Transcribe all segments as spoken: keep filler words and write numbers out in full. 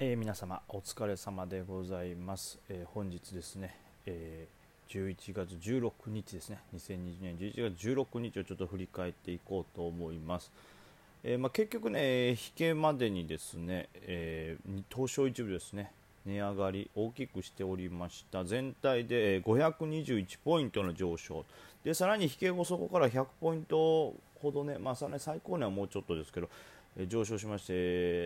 えー皆様お疲れ様でございます。えー本日ですね、えーじゅういちがつじゅうろくにちですね、にせんにじゅうねんじゅういちがつじゅうろくにちをちょっと振り返っていこうと思います。えーまあ、結局ね、引けまでにですね、えー東証一部ですね、値上がり大きくしておりました。全体でえーごひゃくにじゅういちポイントの上昇で、さらに引け後そこからひゃくポイントほどね、まあ、さらに最高値はもうちょっとですけど、えー上昇しまして、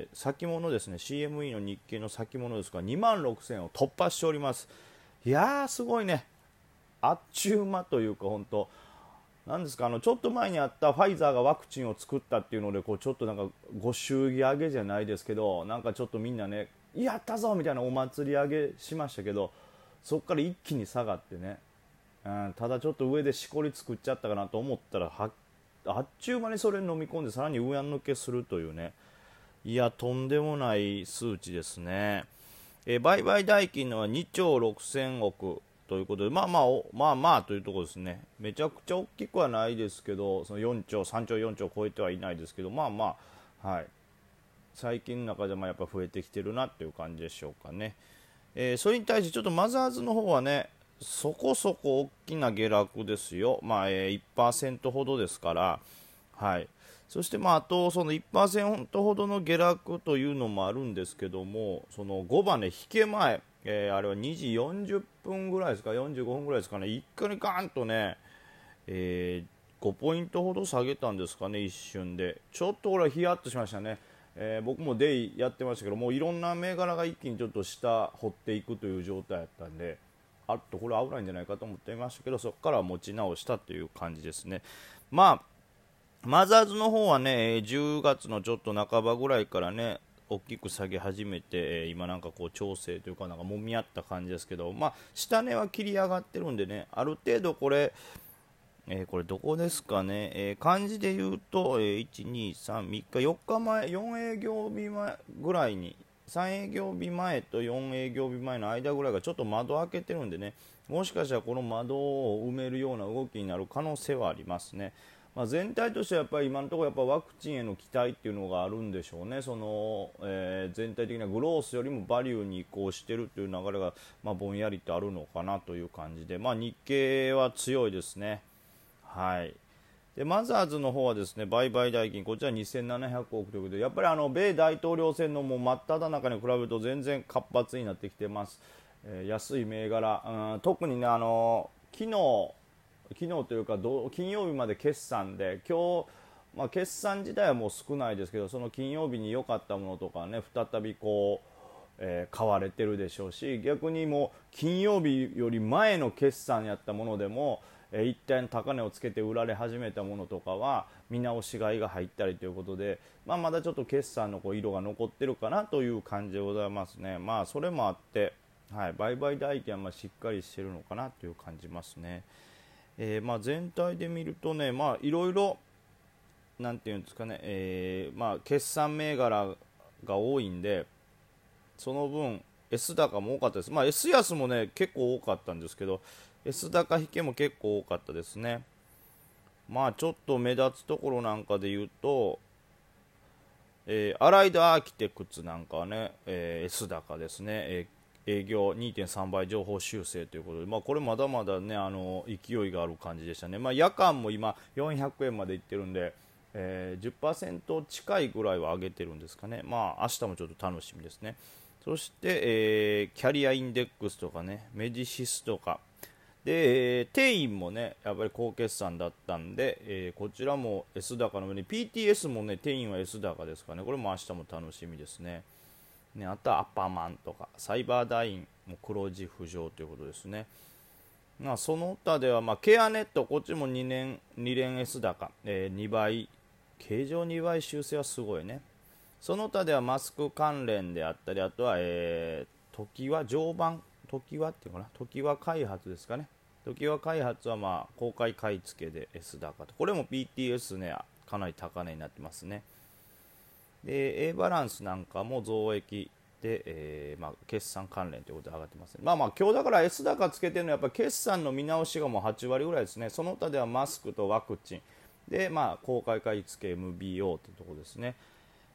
先物ですね、 シーエムイー の日経の先物ですがにまんろくせんを突破しております。いやーすごいね、あっちゅう間というか、本当なんですか、あのちょっと前にあったファイザーがワクチンを作ったっていうので、こうちょっとなんかご祝儀上げじゃないですけど、なんかちょっとみんなね、やったぞみたいなお祭り上げしましたけど、そこから一気に下がってね、うん、ただちょっと上でしこり作っちゃったかなと思ったら、はあっちゅう間にそれ飲み込んでさらに上抜けするというね、いやとんでもない数値ですね。えー売買代金のはにちょうろくせんおくということで、まあまあまあまあというところですね。めちゃくちゃ大きくはないですけど、そのよんちょうさんちょうよんちょう超えてはいないですけど、まあまあ、はい、最近の中でもやっぱ増えてきてるなっていう感じでしょうかね。えーそれに対してちょっとマザーズの方はね、そこそこ大きな下落ですよ。まあ、えー、いちパーセント ほどですから、はい。そしてまああとそのいちパーセントほどの下落というのもあるんですけども、そのごばね引け前、えーあれはにじよんじゅっぷんぐらいですか、よんじゅうごふんぐらいですかね、一回にガーンとね、えーごポイントほど下げたんですかね、一瞬で。ちょっとこれはヒヤッとしましたね。えー僕もデイやってましたけど、もういろんな銘柄が一気にちょっと下掘っていくという状態だったんで、あっとこれ危ないんじゃないかと思っていましたけど、そこからは持ち直したという感じですね。まあマザーズの方はね、じゅうがつのちょっと半ばぐらいからね、大きく下げ始めて、今なんかこう調整というか、なんか揉み合った感じですけど、まあ、下値は切り上がってるんでね、ある程度これ、えーこれどこですかね、えー漢字で言うと、えーいち、に、さん、みっか、よっかまえ、よん営業日前ぐらいに、さん営業日前とよん営業日前の間ぐらいがちょっと窓開けてるんでね、もしかしたらこの窓を埋めるような動きになる可能性はありますね。まあ、全体としてはやっぱり今のところやっぱワクチンへの期待っていうのがあるんでしょうね。その、えー全体的なグロースよりもバリューに移行しているという流れが、まあ、ぼんやりとあるのかなという感じで、まあ、日経は強いですね。はい。でマザーズの方はですね、売買代金、こちらにせんななひゃくおくということで、やっぱりあの米大統領選のもう真っ只中に比べると全然活発になってきてます。えー安い銘柄、うん、特にね、あの昨日、昨日というかど金曜日まで決算で、今日、まあ、決算自体はもう少ないですけど、その金曜日に良かったものとかね、再びこう、えー買われてるでしょうし、逆にもう金曜日より前の決算やったものでも、えー一旦高値をつけて売られ始めたものとかは見直し買いが入ったりということで、まあ、まだちょっと決算のこう色が残ってるかなという感じでございますね。まあそれもあって、はい、売買代金はまあしっかりしてるのかなという感じますね。えーまあ、全体で見るとね、まあいろいろなんていうんですかね、えーまあ決算銘柄が多いんで、その分 S 高も多かったです。まあ S 安もね結構多かったんですけど、 S 高引けも結構多かったですね。まあちょっと目立つところなんかで言うと、えーアライドアーキテクツなんかはね、えー S 高ですね。えー営業にてんさんばい情報修正ということで、まあ、これまだまだね、あの勢いがある感じでしたね。まあ、夜間も今よんひゃくえんまでいってるんで、えーじゅっパーセント近いぐらいは上げてるんですかね。まあ明日もちょっと楽しみですね。そして、えーキャリアインデックスとかね、メディシスとかで、えー定員もねやっぱり高決算だったんで、えーこちらも S 高の上に ピーティーエス もね定員は S 高ですからね、これも明日も楽しみですね。ね、あとはアッパーマンとかサイバーダインも黒字浮上ということですね。まあ、その他では、まあ、ケアネット、こっちもにねんに連 S 高、えー、にばい、経常にばい修正はすごいね。その他ではマスク関連であったり、あとは、えー、時は常磐、時はっていうかな、時は開発ですかね。時は開発は、まあ、公開買い付けで S 高と、これも ピーティーエス ね、かなり高値になってますね。で A バランスなんかも増益で、えーまあ、決算関連ということで上がってますね。まあまあ今日だから S 高つけてるのはやっぱ決算の見直しがもうはちわりぐらいですね。その他ではマスクとワクチンで、まあ、公開買い付け エムビーオー というところですね。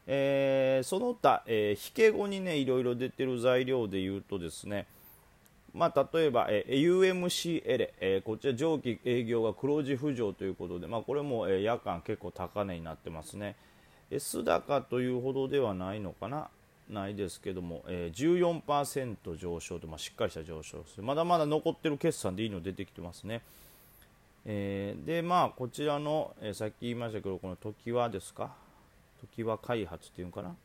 えー、その他、えー、引け後にねいろいろ出てる材料で言うとですね、まあ、例えば、えー、ユーエムシー エレ、えー、こちら上記営業が黒字浮上ということで、まあ、これも、えー、夜間結構高値になってますね。 S 高というほどではないのかな、ないですけども、えー、じゅうよんパーセント 上昇と、まあ、しっかりした上昇です。まだまだ残ってる決算でいいの出てきてますね。えー、でまあこちらの、えー、さっき言いましたけど、この時はですか、時は開発っていうのかな、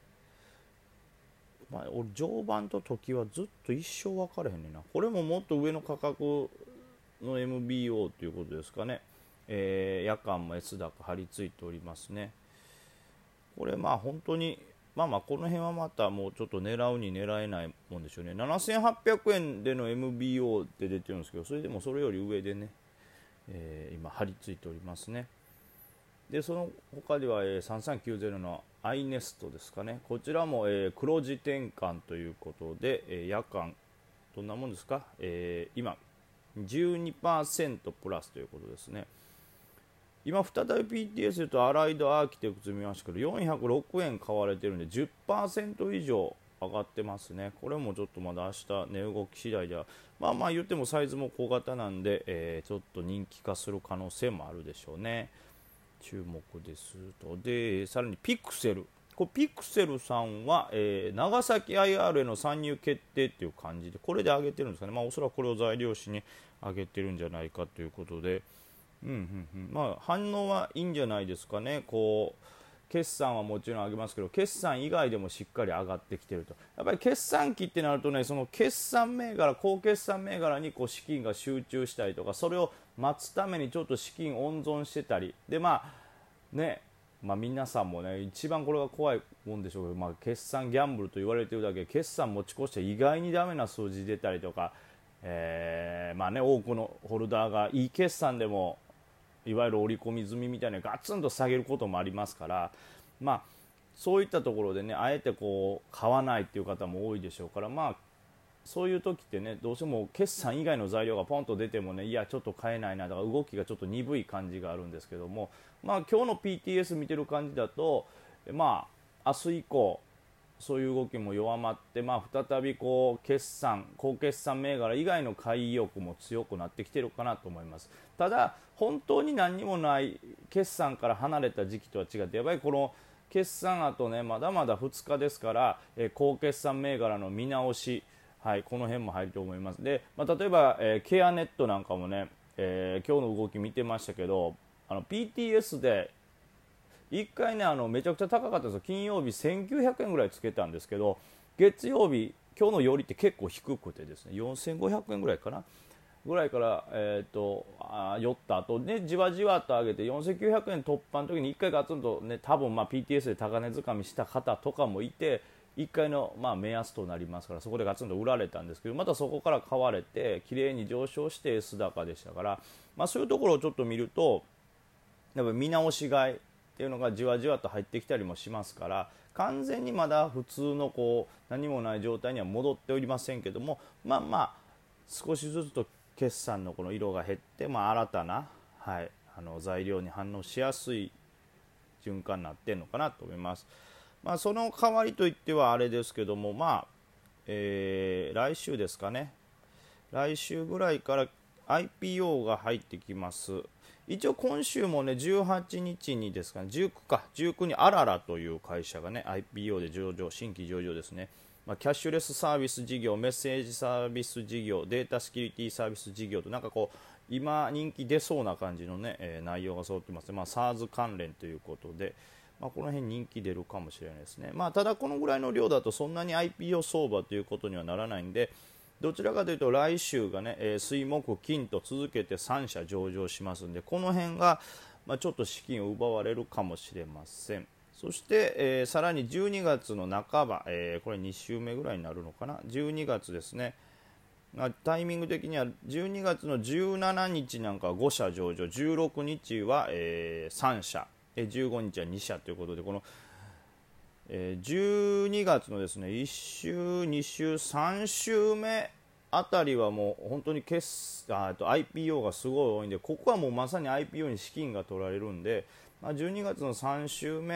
まあ、俺常磐と時はずっと一生分かれへんねんな。これももっと上の価格の エムビーオー ということですかね。えー、夜間も S 高張り付いておりますね。これまあ本当にまあまあこの辺はまたもうちょっと狙うに狙えないもんでしょうね。ななせんはっぴゃくえんでの エムビーオー って出てるんですけど、それでもそれより上でね、えー、今張り付いておりますね。でその他では、えー、さんさんきゅうゼロのアイネストですかね。こちらも、えー、黒字転換ということで、えー、夜間どんなもんですか、えー、今 じゅうにパーセント プラスということですね。今再び ピーティーエス とアライドアーキテクツ見ましたけど、よんひゃくろくえん買われてるんで じゅっパーセント 以上上がってますね。これもちょっとまだ明日値動き次第では、まあまあ言ってもサイズも小型なんで、えー、ちょっと人気化する可能性もあるでしょうね。注目ですと。でさらにピクセル、これピクセルさんは、えー、長崎 アイアール への参入決定っていう感じで、これで上げてるんですかね。まあおそらくこれを材料紙に上げてるんじゃないかということで、うんうんうん、まあ反応はいいんじゃないですかね。こう決算はもちろん上げますけど、決算以外でもしっかり上がってきていると。やっぱり決算期ってなるとね、その決算銘柄、高決算銘柄にこう資金が集中したりとか、それを待つためにちょっと資金温存してたりで、まあね、まあ、皆さんもね一番これが怖いもんでしょうけど、まあ、決算ギャンブルと言われているだけ、決算持ち越して意外にダメな数字出たりとか、えーまあね、多くのホルダーがいい決算でもいわゆる織り込み済みみたいなガツンと下げることもありますから、まあ、そういったところでねあえてこう買わないっていう方も多いでしょうから、まあそういう時ってね、どうしても決算以外の材料がポンと出てもね、いやちょっと買えないな、だから動きがちょっと鈍い感じがあるんですけども、まあ今日の ピーティーエス 見てる感じだと、まあ明日以降そういう動きも弱まって、まあ再びこう決算高決算銘柄以外の買い意欲も強くなってきてるかなと思います。ただ本当に何にもない決算から離れた時期とは違って、やっぱりこの決算あとねまだまだふつかですから、えー、高決算銘柄の見直し、はい、この辺も入ると思います。で、まあ、例えば、えー、ケアネットなんかもね、えー、今日の動き見てましたけど、あの ピーティーエス でいっかいねあのめちゃくちゃ高かったですよ。金曜日せんきゅうひゃくえんぐらいつけたんですけど、月曜日今日の寄りって結構低くてですね、よんせんごひゃくえんぐらいかなぐらいから、えー、とあ寄った後ね、じわじわと上げてよんせんきゅうひゃくえん突破の時にいっかいガツンとね、多分まあ ピーティーエス で高値掴みした方とかもいて、いっかいのまあ目安となりますから、そこでガツンと売られたんですけど、またそこから買われて綺麗に上昇して S 高でしたから、まあ、そういうところをちょっと見るとやっぱり見直し買いっていうのがじわじわと入ってきたりもしますから、完全にまだ普通のこう何もない状態には戻っておりませんけども、まあまあ少しずつと決算のこの色が減って、まあ、新たな、はい、あの材料に反応しやすい循環になっているのかなと思います。まあ、その代わりといってはあれですけども、まあえー、来週ですかね、来週ぐらいから アイピーオー が入ってきます。一応今週もねじゅうはちにちにですかね、じゅうくかじゅうくにアララという会社がね アイピーオー で上場、新規上場ですね。まあ、キャッシュレスサービス事業、メッセージサービス事業、データセキュリティサービス事業と、なんかこう今人気出そうな感じのね、えー、内容が揃ってます。まあ、SARS 関連ということで、まあ、この辺人気出るかもしれないですね。まあ、ただこのぐらいの量だとそんなに アイピーオー 相場ということにはならないんで、どちらかというと来週がね、えー、水木金と続けてさん社上場しますんで、この辺が、まあ、ちょっと資金を奪われるかもしれません。そして、えー、さらにじゅうにがつの半ば、えー、これに週目ぐらいになるのかな、じゅうにがつですね、まあ、タイミング的にはじゅうにがつのじゅうしちにちなんかはご社上場、じゅうろくにちは、えー、さん社、じゅうごにちはに社ということで、この、えー、じゅうにがつのですねいっ週、に週、さん週目あたりはもう本当に決あと アイピーオー がすごい多いんで、ここはもうまさに アイピーオー に資金が取られるんで、まあ、じゅうにがつのさん週目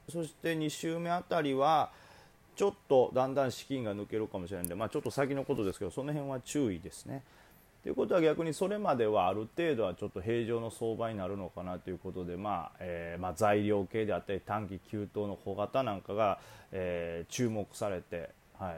そしてに週目あたりはちょっとだんだん資金が抜けるかもしれないので、まあ、ちょっと先のことですけど、その辺は注意ですね。ということは逆にそれまではある程度はちょっと平常の相場になるのかなということで、まあえーまあ、材料系であったり短期急騰の小型なんかが、えー、注目されて、はい、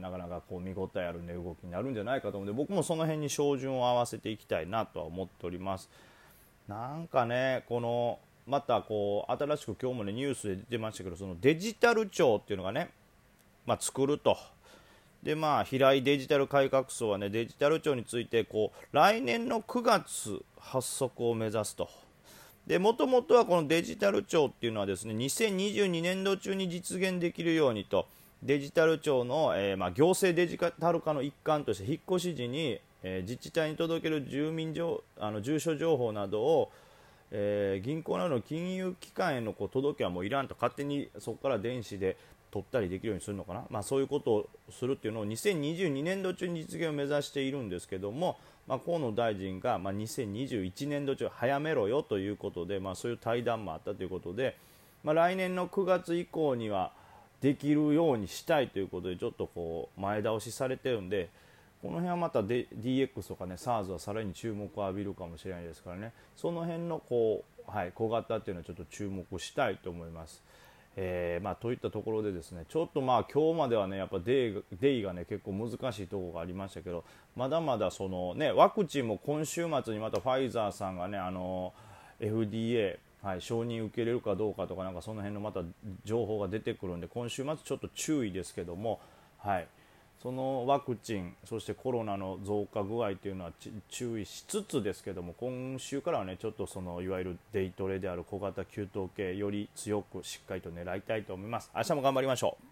なかなかこう見応えある値動きになるんじゃないかと思うので、僕もその辺に照準を合わせていきたいなとは思っております。なんかね、このまたこう新しく今日も、ね、ニュースで出てましたけど、そのデジタル庁っていうのがね、まあ、作ると。でまあ、平井デジタル改革層は、ね、デジタル庁についてこう来年のくがつ発足を目指すと。もともとはこのデジタル庁っていうのはですね、にせんにじゅうにねんど中に実現できるようにと、デジタル庁の、えーまあ、行政デジタル化の一環として引っ越し時に、えー、自治体に届ける住民情あの住所情報などを、えー、銀行などの金融機関へのこう届けはもういらんと、勝手にそこから電子で取ったりできるようにするのかな、まあ、そういうことをするっていうのをにせんにじゅうにねんど中に実現を目指しているんですけども、まあ、河野大臣が、まあ、にせんにじゅういちねんど中早めろよということで、まあ、そういう対談もあったということで、まあ、来年のくがつ以降にはできるようにしたいということでちょっとこう前倒しされているんで、この辺はまた ディーエックス とかね SARS はさらに注目を浴びるかもしれないですからね、その辺のこう、はい、小型っていうのはちょっと注目したいと思います。えーまあ、といったところでですね、ちょっとまあ今日まではねやっぱデイ、デイがね結構難しいところがありましたけど、まだまだそのねワクチンも今週末にまたファイザーさんがねあの エフディーエー、はい、承認受けれるかどうかとか、なんかその辺のまた情報が出てくるんで、今週末ちょっと注意ですけども、はい、そのワクチン、そしてコロナの増加具合というのは注意しつつですけども、今週からはねちょっとそのいわゆるデイトレである小型急騰系より強くしっかりと狙いたいと思います。明日も頑張りましょう。